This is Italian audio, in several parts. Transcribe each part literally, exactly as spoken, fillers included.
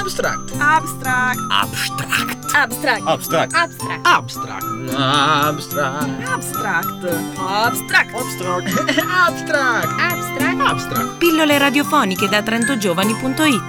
Abstract. Abstract. Abstract. Abstract. Abstract. Abstract. Abstract. Abstract. Abstract. Abstract. Abstract. Abstract. Abstract. Abstract. Pillole radiofoniche da trentogiovani punto it.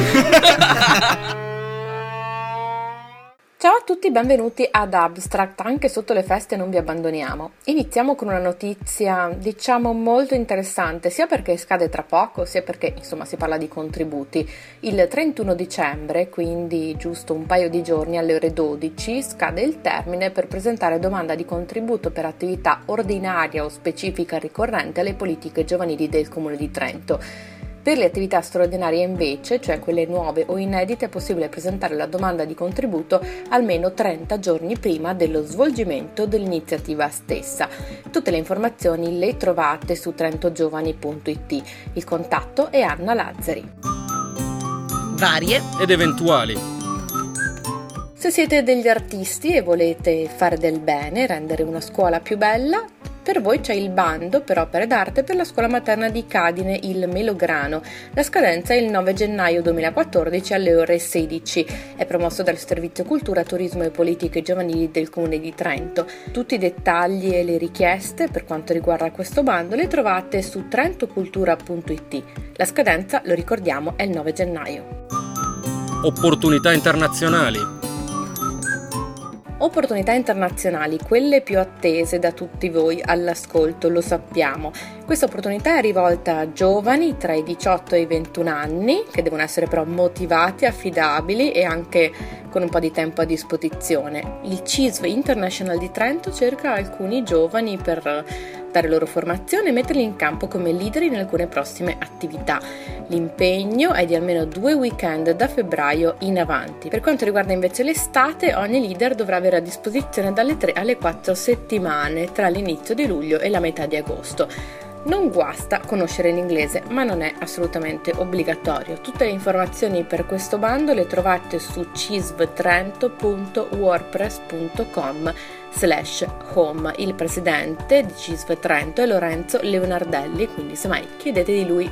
Ciao a tutti, benvenuti ad Abstract. Anche sotto le feste non vi abbandoniamo. Iniziamo con una notizia, diciamo, molto interessante, sia perché scade tra poco, sia perché, insomma, si parla di contributi. Il trentuno dicembre, quindi giusto un paio di giorni, alle ore dodici, scade il termine per presentare domanda di contributo per attività ordinaria o specifica ricorrente alle politiche giovanili del Comune di Trento. Per le attività straordinarie invece, cioè quelle nuove o inedite, è possibile presentare la domanda di contributo almeno trenta giorni prima dello svolgimento dell'iniziativa stessa. Tutte le informazioni le trovate su trentogiovani punto it. Il contatto è Anna Lazzari. Varie Ed eventuali. Se siete degli artisti e volete fare del bene, rendere una scuola più bella, per voi c'è il bando per opere d'arte per la scuola materna di Cadine, il Melograno. La scadenza è il nove gennaio duemilaquattordici alle ore sedici. È promosso dal Servizio Cultura, Turismo e Politiche Giovanili del Comune di Trento. Tutti i dettagli e le richieste per quanto riguarda questo bando le trovate su trentocultura punto it. La scadenza, lo ricordiamo, è il nove gennaio. Opportunità internazionali. Opportunità internazionali, quelle più attese da tutti voi all'ascolto, lo sappiamo. Questa opportunità è rivolta a giovani tra i diciotto e i ventuno anni, che devono essere però motivati, affidabili e anche con un po' di tempo a disposizione. Il C I S V International di Trento cerca alcuni giovani per dare loro formazione e metterli in campo come leader in alcune prossime attività. L'impegno è di almeno due weekend da febbraio in avanti. Per quanto riguarda invece l'estate, ogni leader dovrà avere a disposizione dalle tre alle quattro settimane tra l'inizio di luglio e la metà di agosto. Non guasta conoscere l'inglese, ma non è assolutamente obbligatorio. Tutte le informazioni per questo bando le trovate su cisvtrento punto wordpress punto com slash home. Il presidente di C I S V Trento è Lorenzo Leonardelli, quindi semmai chiedete di lui.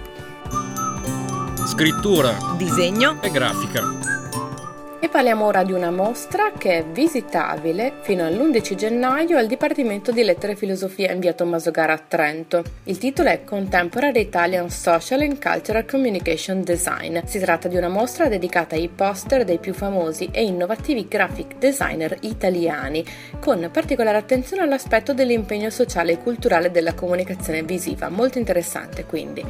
Scrittura. disegno E grafica. E parliamo ora di una mostra che è visitabile fino all'undici gennaio al Dipartimento di Lettere e Filosofia in via Tommaso Gara a Trento. Il titolo è Contemporary Italian Social and Cultural Communication Design. Si tratta di una mostra dedicata ai poster dei più famosi e innovativi graphic designer italiani, con particolare attenzione all'aspetto dell'impegno sociale e culturale della comunicazione visiva. Molto interessante, quindi.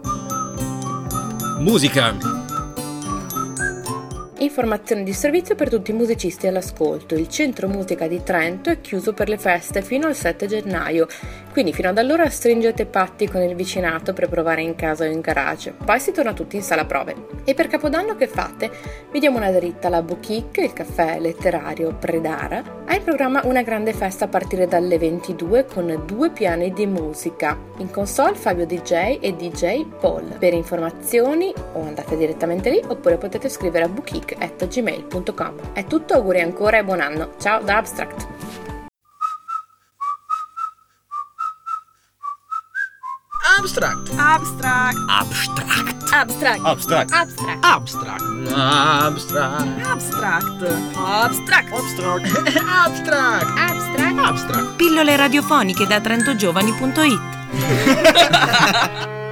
Musica. Informazioni di servizio per tutti i musicisti all'ascolto. Il Centro Musica di Trento è chiuso per le feste fino al sette gennaio, quindi fino ad allora stringete patti con il vicinato per provare in casa o in garage. Poi si torna tutti in sala prove. E per Capodanno che fate? Vi diamo una dritta alla Boutique, il caffè letterario Predara. Ha in programma una grande festa a partire dalle ventidue con due piani di musica. In console Fabio D J e D J Paul. Per informazioni o andate direttamente lì oppure potete scrivere a boutique at gmail punto com. È tutto, auguri ancora e buon anno. Ciao da Abstract. Abstract. Abstract. Abstract. Abstract. Abstract. Abstract. Abstract. Abstract. Abstract. Abstract. Abstract. Abstract. Abstract. Abstract. Pillole radiofoniche da trentogiovani punto it.